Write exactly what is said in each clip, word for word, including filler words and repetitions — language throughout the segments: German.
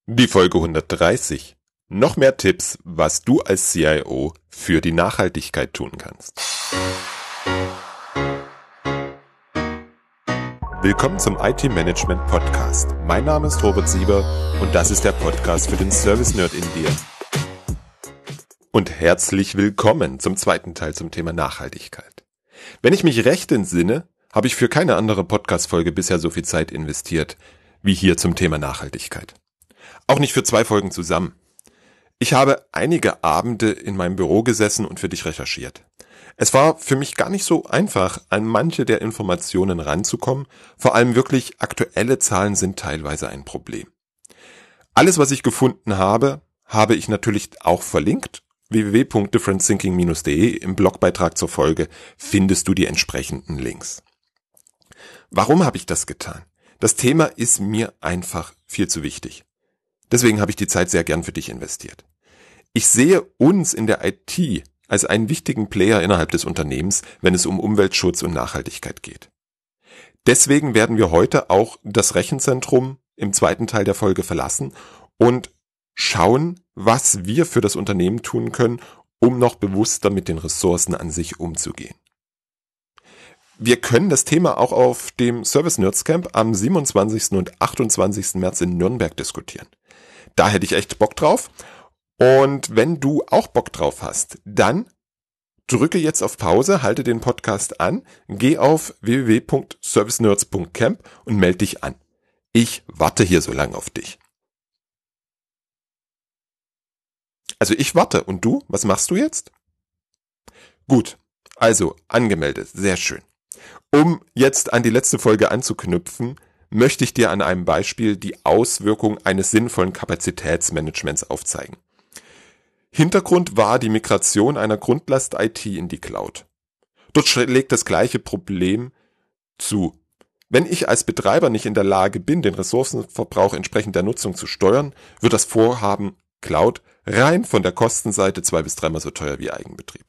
Die Folge hundertdreißig. Noch mehr Tipps, was du als C I O für die Nachhaltigkeit tun kannst. Willkommen zum I T Management Podcast. Mein Name ist Robert Sieber und das ist der Podcast für den Service Nerd in dir. Und herzlich willkommen zum zweiten Teil zum Thema Nachhaltigkeit. Wenn ich mich recht entsinne, habe ich für keine andere Podcast-Folge bisher so viel Zeit investiert wie hier zum Thema Nachhaltigkeit. Auch nicht für zwei Folgen zusammen. Ich habe einige Abende in meinem Büro gesessen und für dich recherchiert. Es war für mich gar nicht so einfach, an manche der Informationen ranzukommen. Vor allem wirklich aktuelle Zahlen sind teilweise ein Problem. Alles, was ich gefunden habe, habe ich natürlich auch verlinkt. w w w punkt different thinking dash d e im Blogbeitrag zur Folge findest du die entsprechenden Links. Warum habe ich das getan? Das Thema ist mir einfach viel zu wichtig. Deswegen habe ich die Zeit sehr gern für dich investiert. Ich sehe uns in der I T als einen wichtigen Player innerhalb des Unternehmens, wenn es um Umweltschutz und Nachhaltigkeit geht. Deswegen werden wir heute auch das Rechenzentrum im zweiten Teil der Folge verlassen und schauen, was wir für das Unternehmen tun können, um noch bewusster mit den Ressourcen an sich umzugehen. Wir können das Thema auch auf dem Service Nerds Camp am siebenundzwanzigsten und achtundzwanzigsten März in Nürnberg diskutieren. Da hätte ich echt Bock drauf. Und wenn du auch Bock drauf hast, dann drücke jetzt auf Pause, halte den Podcast an, geh auf w w w punkt service nerds punkt camp und melde dich an. Ich warte hier so lange auf dich. Also ich warte. Und du? Was machst du jetzt? Gut. Also angemeldet. Sehr schön. Um jetzt an die letzte Folge anzuknüpfen, möchte ich dir an einem Beispiel die Auswirkung eines sinnvollen Kapazitätsmanagements aufzeigen. Hintergrund war die Migration einer Grundlast-I T in die Cloud. Dort schlägt das gleiche Problem zu. Wenn ich als Betreiber nicht in der Lage bin, den Ressourcenverbrauch entsprechend der Nutzung zu steuern, wird das Vorhaben Cloud rein von der Kostenseite zwei bis dreimal so teuer wie Eigenbetrieb.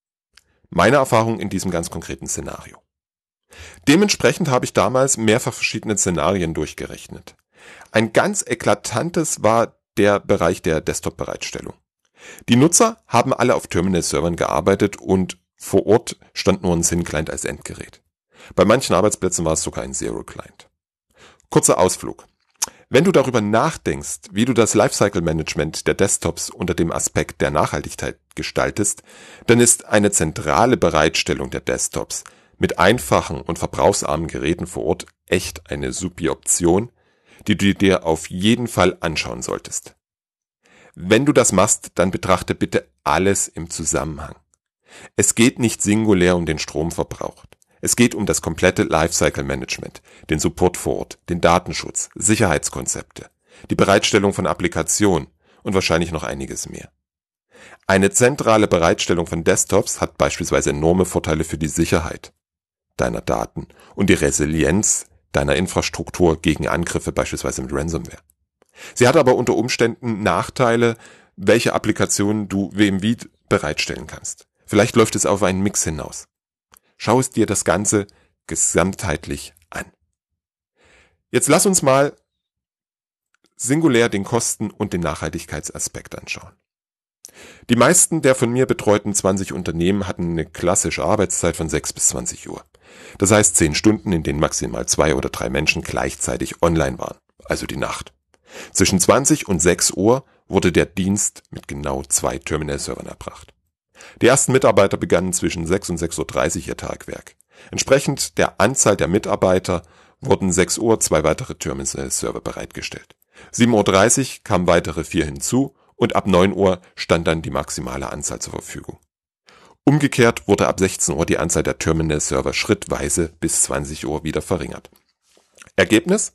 Meine Erfahrung in diesem ganz konkreten Szenario. Dementsprechend habe ich damals mehrfach verschiedene Szenarien durchgerechnet. Ein ganz eklatantes war der Bereich der Desktop-Bereitstellung. Die Nutzer haben alle auf Terminal-Servern gearbeitet und vor Ort stand nur ein Thin-Client als Endgerät. Bei manchen Arbeitsplätzen war es sogar ein Zero-Client. Kurzer Ausflug. Wenn du darüber nachdenkst, wie du das Lifecycle-Management der Desktops unter dem Aspekt der Nachhaltigkeit gestaltest, dann ist eine zentrale Bereitstellung der Desktops mit einfachen und verbrauchsarmen Geräten vor Ort echt eine supi Option, die du dir auf jeden Fall anschauen solltest. Wenn du das machst, dann betrachte bitte alles im Zusammenhang. Es geht nicht singulär um den Stromverbrauch. Es geht um das komplette Lifecycle Management, den Support vor Ort, den Datenschutz, Sicherheitskonzepte, die Bereitstellung von Applikationen und wahrscheinlich noch einiges mehr. Eine zentrale Bereitstellung von Desktops hat beispielsweise enorme Vorteile für die Sicherheit deiner Daten und die Resilienz deiner Infrastruktur gegen Angriffe, beispielsweise mit Ransomware. Sie hat aber unter Umständen Nachteile, welche Applikationen du wem wie bereitstellen kannst. Vielleicht läuft es auf einen Mix hinaus. Schau es dir das Ganze gesamtheitlich an. Jetzt lass uns mal singulär den Kosten- und den Nachhaltigkeitsaspekt anschauen. Die meisten der von mir betreuten zwanzig Unternehmen hatten eine klassische Arbeitszeit von sechs bis zwanzig Uhr. Das heißt zehn Stunden, in denen maximal zwei oder drei Menschen gleichzeitig online waren, also die Nacht. Zwischen zwanzig und sechs Uhr wurde der Dienst mit genau zwei Terminal-Servern erbracht. Die ersten Mitarbeiter begannen zwischen sechs und sechs Uhr dreißig ihr Tagwerk. Entsprechend der Anzahl der Mitarbeiter wurden sechs Uhr zwei weitere Terminal-Server bereitgestellt. sieben Uhr dreißig kamen weitere vier hinzu und ab neun Uhr stand dann die maximale Anzahl zur Verfügung. Umgekehrt wurde ab sechzehn Uhr die Anzahl der Terminal-Server schrittweise bis zwanzig Uhr wieder verringert. Ergebnis?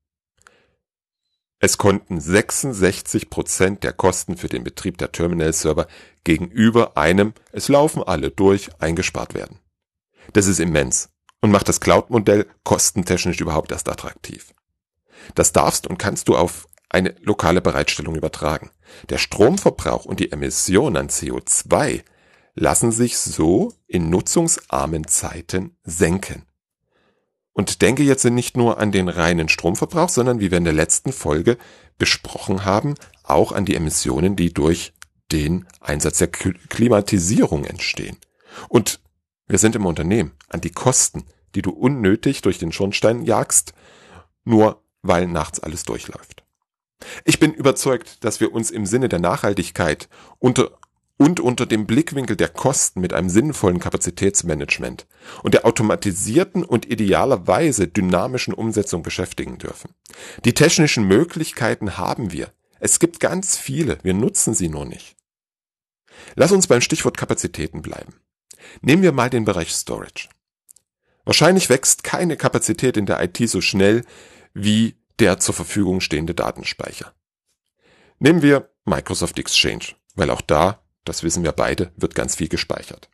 Es konnten sechsundsechzig Prozent der Kosten für den Betrieb der Terminal-Server gegenüber einem "Es laufen alle durch" eingespart werden. Das ist immens und macht das Cloud-Modell kostentechnisch überhaupt erst attraktiv. Das darfst und kannst du auf eine lokale Bereitstellung übertragen. Der Stromverbrauch und die Emission an C O zwei lassen sich so in nutzungsarmen Zeiten senken. Und denke jetzt nicht nur an den reinen Stromverbrauch, sondern wie wir in der letzten Folge besprochen haben, auch an die Emissionen, die durch den Einsatz der Klimatisierung entstehen. Und wir sind im Unternehmen, an die Kosten, die du unnötig durch den Schornstein jagst, nur weil nachts alles durchläuft. Ich bin überzeugt, dass wir uns im Sinne der Nachhaltigkeit unter und unter dem Blickwinkel der Kosten mit einem sinnvollen Kapazitätsmanagement und der automatisierten und idealerweise dynamischen Umsetzung beschäftigen dürfen. Die technischen Möglichkeiten haben wir. Es gibt ganz viele, wir nutzen sie nur nicht. Lass uns beim Stichwort Kapazitäten bleiben. Nehmen wir mal den Bereich Storage. Wahrscheinlich wächst keine Kapazität in der I T so schnell wie der zur Verfügung stehende Datenspeicher. Nehmen wir Microsoft Exchange, weil auch da, das wissen wir beide, wird ganz viel gespeichert.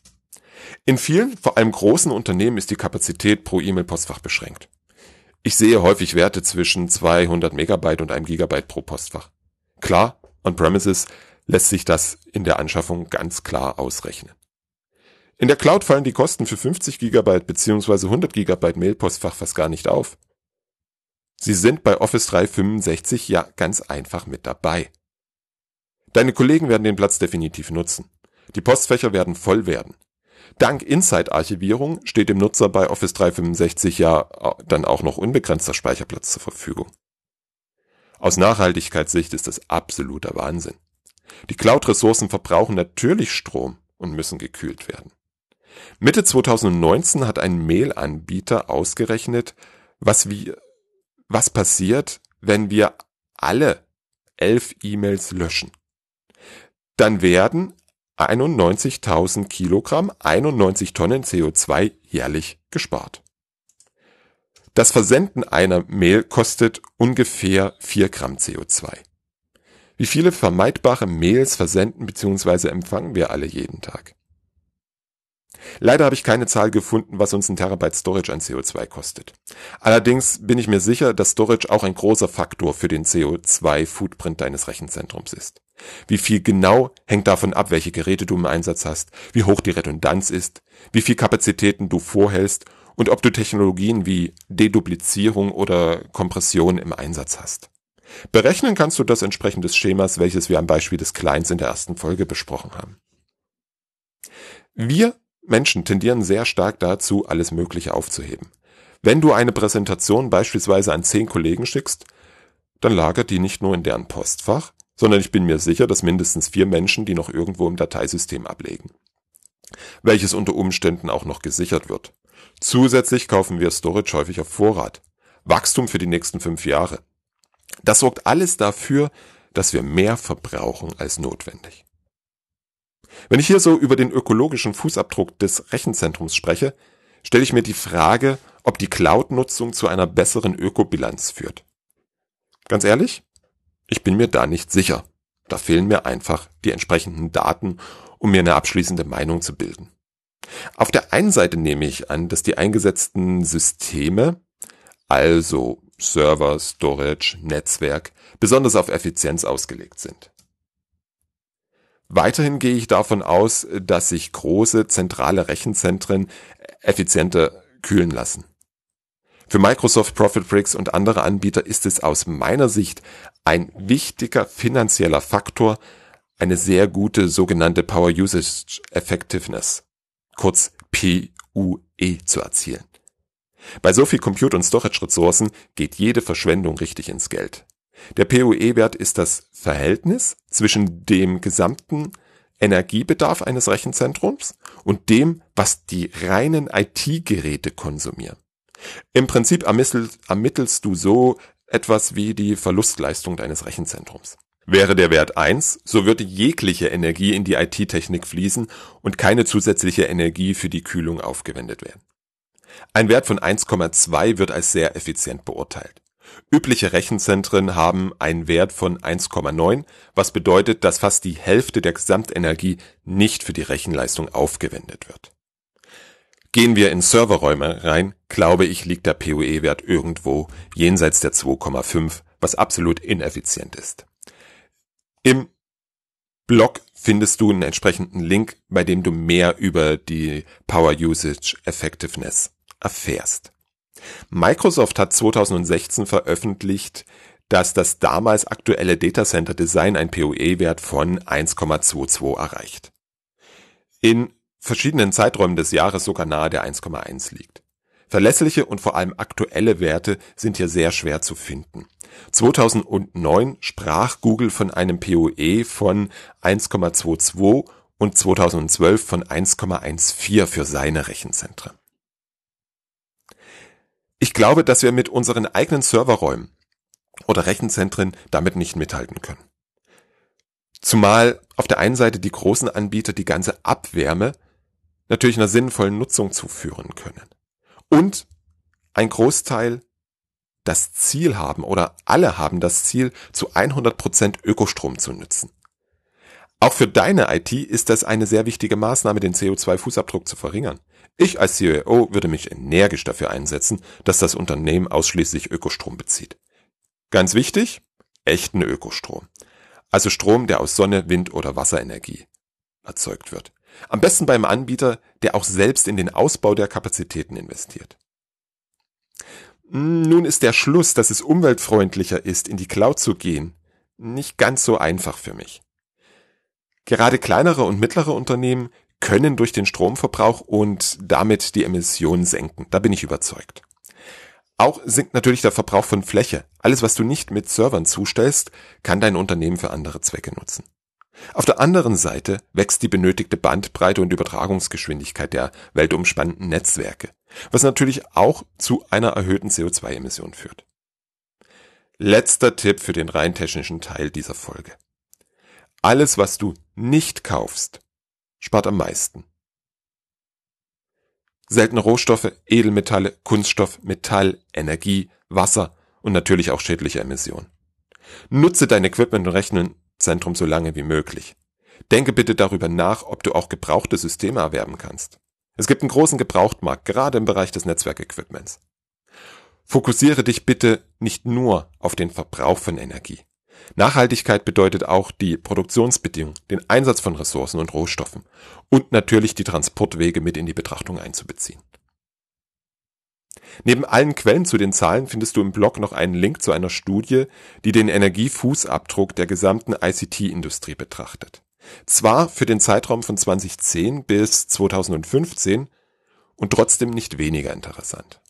In vielen, vor allem großen Unternehmen ist die Kapazität pro E-Mail-Postfach beschränkt. Ich sehe häufig Werte zwischen zweihundert Megabyte und einem Gigabyte pro Postfach. Klar, on-premises lässt sich das in der Anschaffung ganz klar ausrechnen. In der Cloud fallen die Kosten für fünfzig Gigabyte bzw. hundert Gigabyte Mail-Postfach fast gar nicht auf. Sie sind bei Office dreihundertfünfundsechzig ja ganz einfach mit dabei. Deine Kollegen werden den Platz definitiv nutzen. Die Postfächer werden voll werden. Dank Inside-Archivierung steht dem Nutzer bei Office dreihundertfünfundsechzig ja dann auch noch unbegrenzter Speicherplatz zur Verfügung. Aus Nachhaltigkeitssicht ist das absoluter Wahnsinn. Die Cloud-Ressourcen verbrauchen natürlich Strom und müssen gekühlt werden. Mitte zweitausendneunzehn hat ein Mail-Anbieter ausgerechnet, was, wie, was passiert, wenn wir alle elf E-Mails löschen. Dann werden einundneunzigtausend Kilogramm, einundneunzig Tonnen C O zwei jährlich gespart. Das Versenden einer Mail kostet ungefähr vier Gramm C O zwei. Wie viele vermeidbare Mails versenden bzw. empfangen wir alle jeden Tag? Leider habe ich keine Zahl gefunden, was uns ein Terabyte Storage an C O zwei kostet. Allerdings bin ich mir sicher, dass Storage auch ein großer Faktor für den C O zwei Footprint deines Rechenzentrums ist. Wie viel genau hängt davon ab, welche Geräte du im Einsatz hast, wie hoch die Redundanz ist, wie viel Kapazitäten du vorhältst und ob du Technologien wie Deduplizierung oder Kompression im Einsatz hast. Berechnen kannst du das entsprechend des Schemas, welches wir am Beispiel des Clients in der ersten Folge besprochen haben. Wir Menschen tendieren sehr stark dazu, alles Mögliche aufzuheben. Wenn du eine Präsentation beispielsweise an zehn Kollegen schickst, dann lagert die nicht nur in deren Postfach, sondern ich bin mir sicher, dass mindestens vier Menschen die noch irgendwo im Dateisystem ablegen, welches unter Umständen auch noch gesichert wird. Zusätzlich kaufen wir Storage häufig auf Vorrat. Wachstum für die nächsten fünf Jahre. Das sorgt alles dafür, dass wir mehr verbrauchen als notwendig. Wenn ich hier so über den ökologischen Fußabdruck des Rechenzentrums spreche, stelle ich mir die Frage, ob die Cloud-Nutzung zu einer besseren Ökobilanz führt. Ganz ehrlich, ich bin mir da nicht sicher. Da fehlen mir einfach die entsprechenden Daten, um mir eine abschließende Meinung zu bilden. Auf der einen Seite nehme ich an, dass die eingesetzten Systeme, also Server, Storage, Netzwerk, besonders auf Effizienz ausgelegt sind. Weiterhin gehe ich davon aus, dass sich große zentrale Rechenzentren effizienter kühlen lassen. Für Microsoft, ProfitBricks und andere Anbieter ist es aus meiner Sicht ein wichtiger finanzieller Faktor, eine sehr gute sogenannte Power Usage Effectiveness, kurz P U E, zu erzielen. Bei so viel Compute- und Storage-Ressourcen geht jede Verschwendung richtig ins Geld. Der P U E-Wert ist das Verhältnis zwischen dem gesamten Energiebedarf eines Rechenzentrums und dem, was die reinen I T-Geräte konsumieren. Im Prinzip ermittelst, ermittelst du so etwas wie die Verlustleistung deines Rechenzentrums. Wäre der Wert eins, so würde jegliche Energie in die I T-Technik fließen und keine zusätzliche Energie für die Kühlung aufgewendet werden. Ein Wert von eins Komma zwei wird als sehr effizient beurteilt. Übliche Rechenzentren haben einen Wert von eins Komma neun, was bedeutet, dass fast die Hälfte der Gesamtenergie nicht für die Rechenleistung aufgewendet wird. Gehen wir in Serverräume rein, glaube ich, liegt der P U E-Wert irgendwo jenseits der zwei Komma fünf, was absolut ineffizient ist. Im Blog findest du einen entsprechenden Link, bei dem du mehr über die Power Usage Effectiveness erfährst. Microsoft hat zweitausendsechzehn veröffentlicht, dass das damals aktuelle Datacenter Design einen P O E-Wert von eins Komma zweiundzwanzig erreicht. In verschiedenen Zeiträumen des Jahres sogar nahe der eins Komma eins liegt. Verlässliche und vor allem aktuelle Werte sind hier sehr schwer zu finden. zweitausendneun sprach Google von einem P O E von eins Komma zweiundzwanzig und zweitausendzwölf von eins Komma vierzehn für seine Rechenzentren. Ich glaube, dass wir mit unseren eigenen Serverräumen oder Rechenzentren damit nicht mithalten können. Zumal auf der einen Seite die großen Anbieter die ganze Abwärme natürlich einer sinnvollen Nutzung zuführen können. Und ein Großteil das Ziel haben oder alle haben das Ziel, zu hundert Prozent Ökostrom zu nutzen. Auch für deine I T ist das eine sehr wichtige Maßnahme, den C O zwei Fußabdruck zu verringern. Ich als C E O würde mich energisch dafür einsetzen, dass das Unternehmen ausschließlich Ökostrom bezieht. Ganz wichtig, echten Ökostrom. Also Strom, der aus Sonne, Wind oder Wasserenergie erzeugt wird. Am besten beim Anbieter, der auch selbst in den Ausbau der Kapazitäten investiert. Nun ist der Schluss, dass es umweltfreundlicher ist, in die Cloud zu gehen, nicht ganz so einfach für mich. Gerade kleinere und mittlere Unternehmen können durch den Stromverbrauch und damit die Emissionen senken. Da bin ich überzeugt. Auch sinkt natürlich der Verbrauch von Fläche. Alles, was du nicht mit Servern zustellst, kann dein Unternehmen für andere Zwecke nutzen. Auf der anderen Seite wächst die benötigte Bandbreite und Übertragungsgeschwindigkeit der weltumspannenden Netzwerke, was natürlich auch zu einer erhöhten C O zwei Emission führt. Letzter Tipp für den rein technischen Teil dieser Folge. Alles, was du nicht kaufst, spart am meisten. Seltene Rohstoffe, Edelmetalle, Kunststoff, Metall, Energie, Wasser und natürlich auch schädliche Emissionen. Nutze dein Equipment und Rechenzentrum so lange wie möglich. Denke bitte darüber nach, ob du auch gebrauchte Systeme erwerben kannst. Es gibt einen großen Gebrauchtmarkt, gerade im Bereich des Netzwerkequipments. Fokussiere dich bitte nicht nur auf den Verbrauch von Energie. Nachhaltigkeit bedeutet auch die Produktionsbedingungen, den Einsatz von Ressourcen und Rohstoffen und natürlich die Transportwege mit in die Betrachtung einzubeziehen. Neben allen Quellen zu den Zahlen findest du im Blog noch einen Link zu einer Studie, die den Energiefußabdruck der gesamten I C T-Industrie betrachtet. Zwar für den Zeitraum von zweitausendzehn bis zweitausendfünfzehn und trotzdem nicht weniger interessant.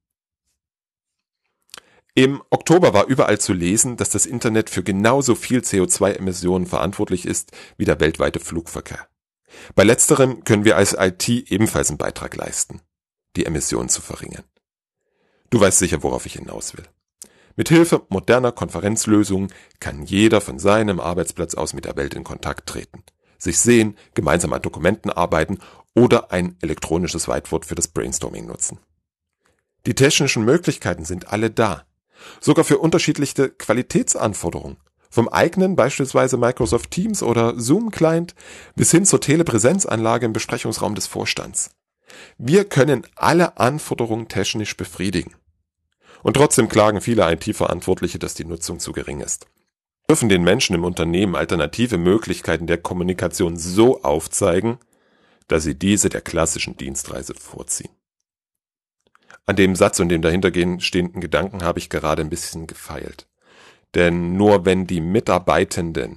Im Oktober war überall zu lesen, dass das Internet für genauso viel C O zwei Emissionen verantwortlich ist wie der weltweite Flugverkehr. Bei letzterem können wir als I T ebenfalls einen Beitrag leisten, die Emissionen zu verringern. Du weißt sicher, worauf ich hinaus will. Mit Hilfe moderner Konferenzlösungen kann jeder von seinem Arbeitsplatz aus mit der Welt in Kontakt treten, sich sehen, gemeinsam an Dokumenten arbeiten oder ein elektronisches Whiteboard für das Brainstorming nutzen. Die technischen Möglichkeiten sind alle da. Sogar für unterschiedliche Qualitätsanforderungen, vom eigenen beispielsweise Microsoft Teams oder Zoom-Client bis hin zur Telepräsenzanlage im Besprechungsraum des Vorstands. Wir können alle Anforderungen technisch befriedigen. Und trotzdem klagen viele I T-Verantwortliche, dass die Nutzung zu gering ist. Wir dürfen den Menschen im Unternehmen alternative Möglichkeiten der Kommunikation so aufzeigen, dass sie diese der klassischen Dienstreise vorziehen. An dem Satz und dem dahinter stehenden Gedanken habe ich gerade ein bisschen gefeilt. Denn nur wenn die Mitarbeitenden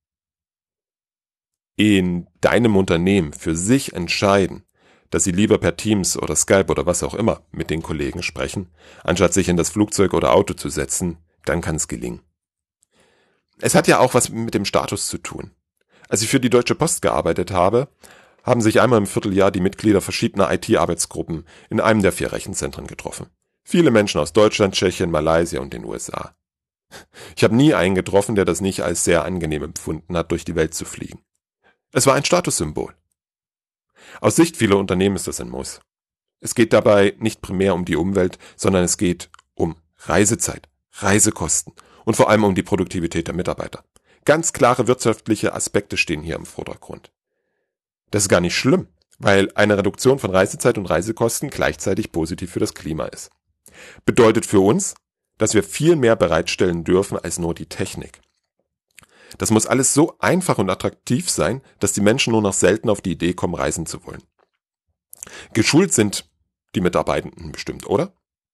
in deinem Unternehmen für sich entscheiden, dass sie lieber per Teams oder Skype oder was auch immer mit den Kollegen sprechen, anstatt sich in das Flugzeug oder Auto zu setzen, dann kann es gelingen. Es hat ja auch was mit dem Status zu tun. Als ich für die Deutsche Post gearbeitet habe, haben sich einmal im Vierteljahr die Mitglieder verschiedener I T-Arbeitsgruppen in einem der vier Rechenzentren getroffen. Viele Menschen aus Deutschland, Tschechien, Malaysia und den U S A. Ich habe nie einen getroffen, der das nicht als sehr angenehm empfunden hat, durch die Welt zu fliegen. Es war ein Statussymbol. Aus Sicht vieler Unternehmen ist das ein Muss. Es geht dabei nicht primär um die Umwelt, sondern es geht um Reisezeit, Reisekosten und vor allem um die Produktivität der Mitarbeiter. Ganz klare wirtschaftliche Aspekte stehen hier im Vordergrund. Das ist gar nicht schlimm, weil eine Reduktion von Reisezeit und Reisekosten gleichzeitig positiv für das Klima ist. Bedeutet für uns, dass wir viel mehr bereitstellen dürfen als nur die Technik. Das muss alles so einfach und attraktiv sein, dass die Menschen nur noch selten auf die Idee kommen, reisen zu wollen. Geschult sind die Mitarbeitenden bestimmt, oder?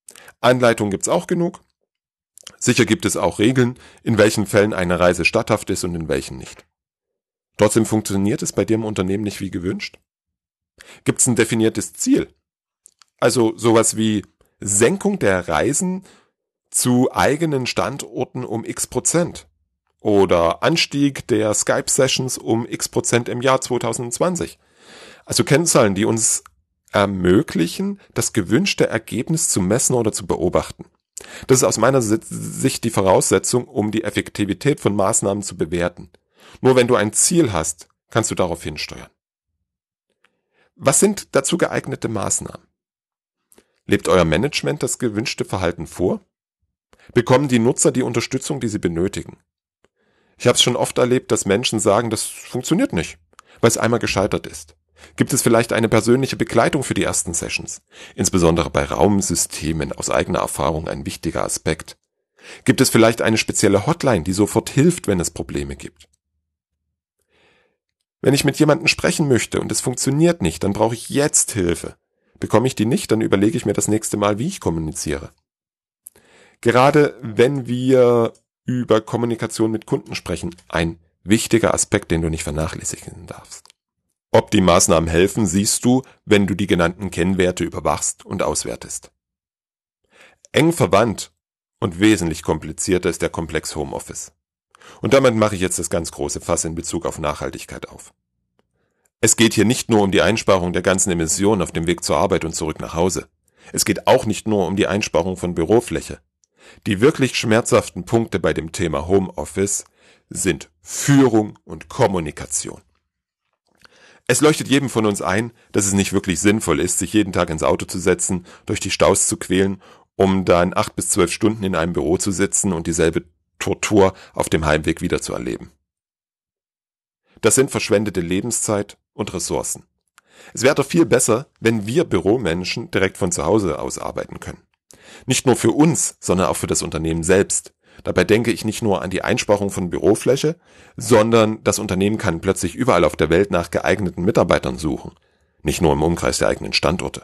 Anleitungen gibt's auch genug. Sicher gibt es auch Regeln, in welchen Fällen eine Reise statthaft ist und in welchen nicht. Trotzdem funktioniert es bei dir im Unternehmen nicht wie gewünscht. Gibt's ein definiertes Ziel? Also sowas wie Senkung der Reisen zu eigenen Standorten um x Prozent oder Anstieg der Skype-Sessions um x Prozent im Jahr zwanzig zwanzig. Also Kennzahlen, die uns ermöglichen, das gewünschte Ergebnis zu messen oder zu beobachten. Das ist aus meiner Sicht die Voraussetzung, um die Effektivität von Maßnahmen zu bewerten. Nur wenn du ein Ziel hast, kannst du darauf hinsteuern. Was sind dazu geeignete Maßnahmen? Lebt euer Management das gewünschte Verhalten vor? Bekommen die Nutzer die Unterstützung, die sie benötigen? Ich habe es schon oft erlebt, dass Menschen sagen, das funktioniert nicht, weil es einmal gescheitert ist. Gibt es vielleicht eine persönliche Begleitung für die ersten Sessions? Insbesondere bei Raumsystemen aus eigener Erfahrung ein wichtiger Aspekt. Gibt es vielleicht eine spezielle Hotline, die sofort hilft, wenn es Probleme gibt? Wenn ich mit jemandem sprechen möchte und es funktioniert nicht, dann brauche ich jetzt Hilfe. Bekomme ich die nicht, dann überlege ich mir das nächste Mal, wie ich kommuniziere. Gerade wenn wir über Kommunikation mit Kunden sprechen, ein wichtiger Aspekt, den du nicht vernachlässigen darfst. Ob die Maßnahmen helfen, siehst du, wenn du die genannten Kennwerte überwachst und auswertest. Eng verwandt und wesentlich komplizierter ist der Komplex Homeoffice. Und damit mache ich jetzt das ganz große Fass in Bezug auf Nachhaltigkeit auf. Es geht hier nicht nur um die Einsparung der ganzen Emissionen auf dem Weg zur Arbeit und zurück nach Hause. Es geht auch nicht nur um die Einsparung von Bürofläche. Die wirklich schmerzhaften Punkte bei dem Thema Homeoffice sind Führung und Kommunikation. Es leuchtet jedem von uns ein, dass es nicht wirklich sinnvoll ist, sich jeden Tag ins Auto zu setzen, durch die Staus zu quälen, um dann acht bis zwölf Stunden in einem Büro zu sitzen und dieselbe Tortur auf dem Heimweg wieder zu erleben. Das sind verschwendete Lebenszeit und Ressourcen. Es wäre doch viel besser, wenn wir Büromenschen direkt von zu Hause aus arbeiten können. Nicht nur für uns, sondern auch für das Unternehmen selbst. Dabei denke ich nicht nur an die Einsparung von Bürofläche, sondern das Unternehmen kann plötzlich überall auf der Welt nach geeigneten Mitarbeitern suchen, nicht nur im Umkreis der eigenen Standorte.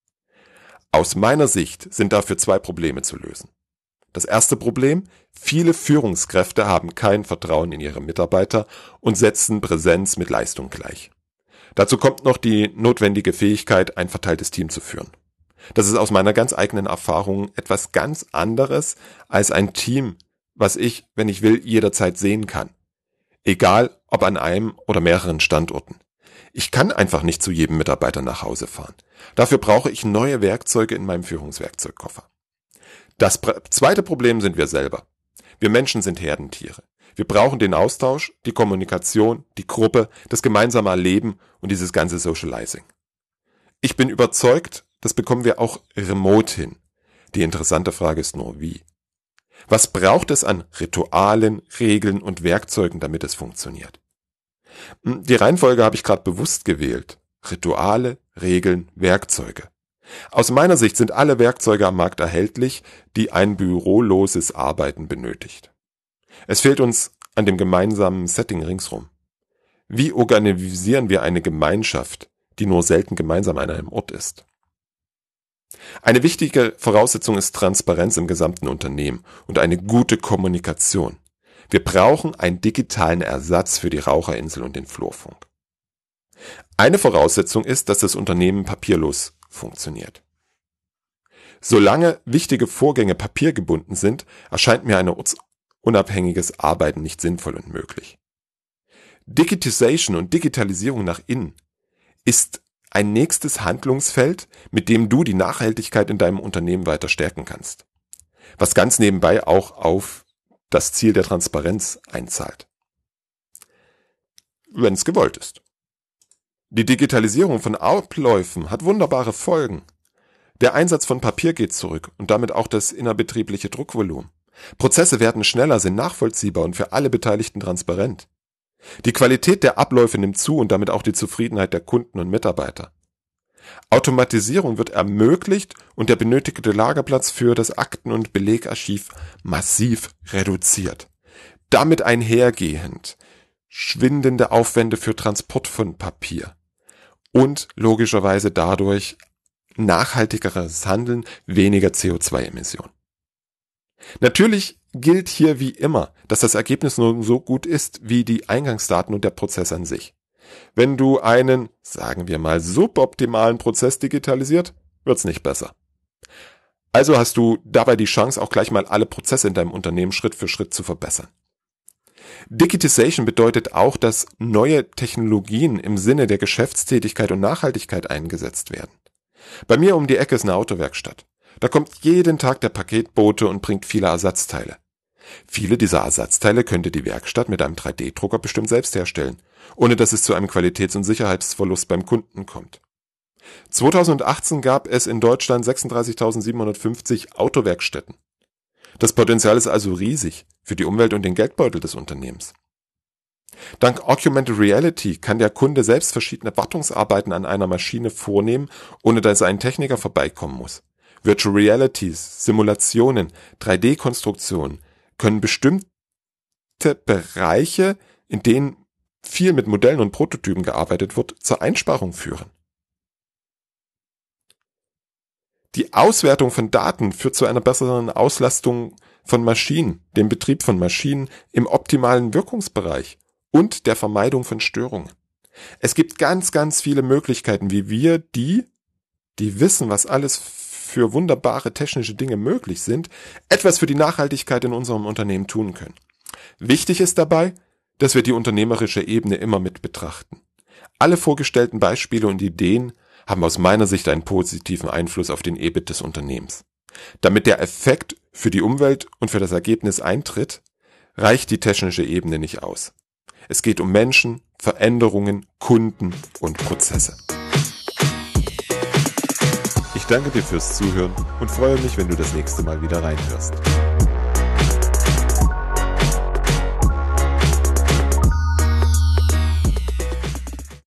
Aus meiner Sicht sind dafür zwei Probleme zu lösen. Das erste Problem: Viele Führungskräfte haben kein Vertrauen in ihre Mitarbeiter und setzen Präsenz mit Leistung gleich. Dazu kommt noch die notwendige Fähigkeit, ein verteiltes Team zu führen. Das ist aus meiner ganz eigenen Erfahrung etwas ganz anderes als ein Team, was ich, wenn ich will, jederzeit sehen kann. Egal, ob an einem oder mehreren Standorten. Ich kann einfach nicht zu jedem Mitarbeiter nach Hause fahren. Dafür brauche ich neue Werkzeuge in meinem Führungswerkzeugkoffer. Das zweite Problem sind wir selber. Wir Menschen sind Herdentiere. Wir brauchen den Austausch, die Kommunikation, die Gruppe, das gemeinsame Erleben und dieses ganze Socializing. Ich bin überzeugt, das bekommen wir auch remote hin. Die interessante Frage ist nur, wie. Was braucht es an Ritualen, Regeln und Werkzeugen, damit es funktioniert? Die Reihenfolge habe ich gerade bewusst gewählt. Rituale, Regeln, Werkzeuge. Aus meiner Sicht sind alle Werkzeuge am Markt erhältlich, die ein büroloses Arbeiten benötigt. Es fehlt uns an dem gemeinsamen Setting ringsrum. Wie organisieren wir eine Gemeinschaft, die nur selten gemeinsam an einem Ort ist? Eine wichtige Voraussetzung ist Transparenz im gesamten Unternehmen und eine gute Kommunikation. Wir brauchen einen digitalen Ersatz für die Raucherinsel und den Flurfunk. Eine Voraussetzung ist, dass das Unternehmen papierlos funktioniert. Solange wichtige Vorgänge papiergebunden sind, erscheint mir ein ortsunabhängiges Arbeiten nicht sinnvoll und möglich. Digitization und Digitalisierung nach innen ist ein nächstes Handlungsfeld, mit dem du die Nachhaltigkeit in deinem Unternehmen weiter stärken kannst. Was ganz nebenbei auch auf das Ziel der Transparenz einzahlt. Wenn es gewollt ist. Die Digitalisierung von Abläufen hat wunderbare Folgen. Der Einsatz von Papier geht zurück und damit auch das innerbetriebliche Druckvolumen. Prozesse werden schneller, sind nachvollziehbar und für alle Beteiligten transparent. Die Qualität der Abläufe nimmt zu und damit auch die Zufriedenheit der Kunden und Mitarbeiter. Automatisierung wird ermöglicht und der benötigte Lagerplatz für das Akten- und Belegarchiv massiv reduziert. Damit einhergehend schwindende Aufwände für Transport von Papier und logischerweise dadurch nachhaltigeres Handeln, weniger C O zwei Emissionen. Natürlich gilt hier wie immer, dass das Ergebnis nur so gut ist wie die Eingangsdaten und der Prozess an sich. Wenn du einen, sagen wir mal, suboptimalen Prozess digitalisiert, wird's nicht besser. Also hast du dabei die Chance, auch gleich mal alle Prozesse in deinem Unternehmen Schritt für Schritt zu verbessern. Digitization bedeutet auch, dass neue Technologien im Sinne der Geschäftstätigkeit und Nachhaltigkeit eingesetzt werden. Bei mir um die Ecke ist eine Autowerkstatt. Da kommt jeden Tag der Paketbote und bringt viele Ersatzteile. Viele dieser Ersatzteile könnte die Werkstatt mit einem drei D Drucker bestimmt selbst herstellen, ohne dass es zu einem Qualitäts- und Sicherheitsverlust beim Kunden kommt. zweitausendachtzehn gab es in Deutschland sechsunddreißigtausendsiebenhundertfünfzig Autowerkstätten. Das Potenzial ist also riesig für die Umwelt und den Geldbeutel des Unternehmens. Dank Augmented Reality kann der Kunde selbst verschiedene Wartungsarbeiten an einer Maschine vornehmen, ohne dass ein Techniker vorbeikommen muss. Virtual Realities, Simulationen, drei D Konstruktionen können bestimmte Bereiche, in denen viel mit Modellen und Prototypen gearbeitet wird, zur Einsparung führen. Die Auswertung von Daten führt zu einer besseren Auslastung von Maschinen, dem Betrieb von Maschinen im optimalen Wirkungsbereich und der Vermeidung von Störungen. Es gibt ganz, ganz viele Möglichkeiten, wie wir die, die wissen, was alles für wunderbare technische Dinge möglich sind, etwas für die Nachhaltigkeit in unserem Unternehmen tun können. Wichtig ist dabei, dass wir die unternehmerische Ebene immer mit betrachten. Alle vorgestellten Beispiele und Ideen haben aus meiner Sicht einen positiven Einfluss auf den E B I T des Unternehmens. Damit der Effekt für die Umwelt und für das Ergebnis eintritt, reicht die technische Ebene nicht aus. Es geht um Menschen, Veränderungen, Kunden und Prozesse. Ich danke dir fürs Zuhören und freue mich, wenn du das nächste Mal wieder reinhörst.